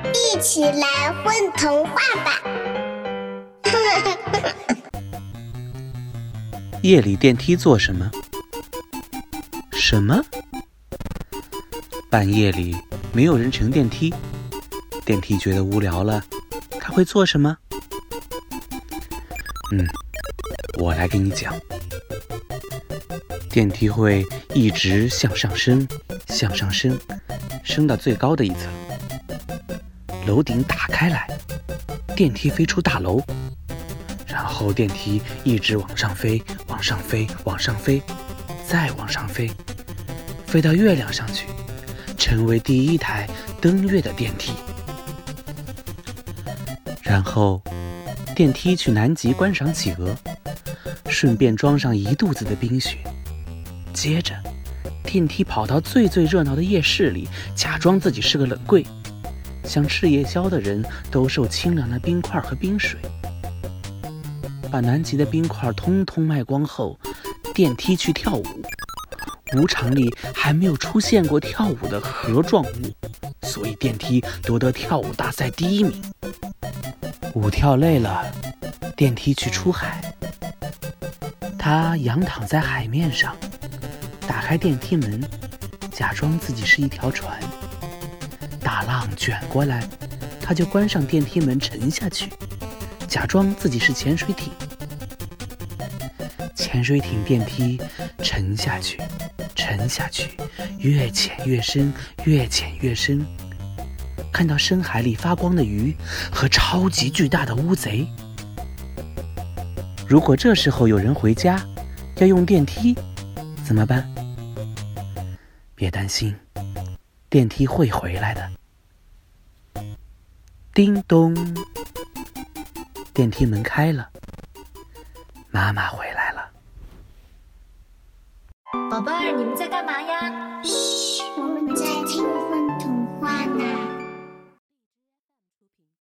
一起来混童话吧！ 夜里电梯做什么？什么？半夜里没有人乘电梯，电梯觉得无聊了，它会做什么？我来给你讲。电梯会一直向上升，向上升，升到最高的一层。楼顶打开来，电梯飞出大楼，然后电梯一直往上飞，往上飞，往上飞，再往上飞，飞到月亮上去，成为第一台登月的电梯。然后电梯去南极观赏企鹅，顺便装上一肚子的冰雪。接着电梯跑到最热闹的夜市里，假装自己是个冷柜，向吃夜宵的人兜售清凉的冰块和冰水。把南极的冰块通通卖光后，电梯去跳舞。舞场里还没有出现过跳舞的盒状物，所以电梯夺得跳舞大赛第1名。舞跳累了，电梯去出海。他仰躺在海面上，打开电梯门，假装自己是一条船。大浪卷过来，他就关上电梯门沉下去，假装自己是潜水艇。潜水艇电梯沉下去，沉下去，越潜越深，越潜越深，看到深海里发光的鱼和超级巨大的乌贼。如果这时候有人回家要用电梯怎么办？别担心，电梯会回来的。叮咚，电梯门开了，妈妈回来了。 宝贝儿，你们在干嘛呀？ 嘘，我们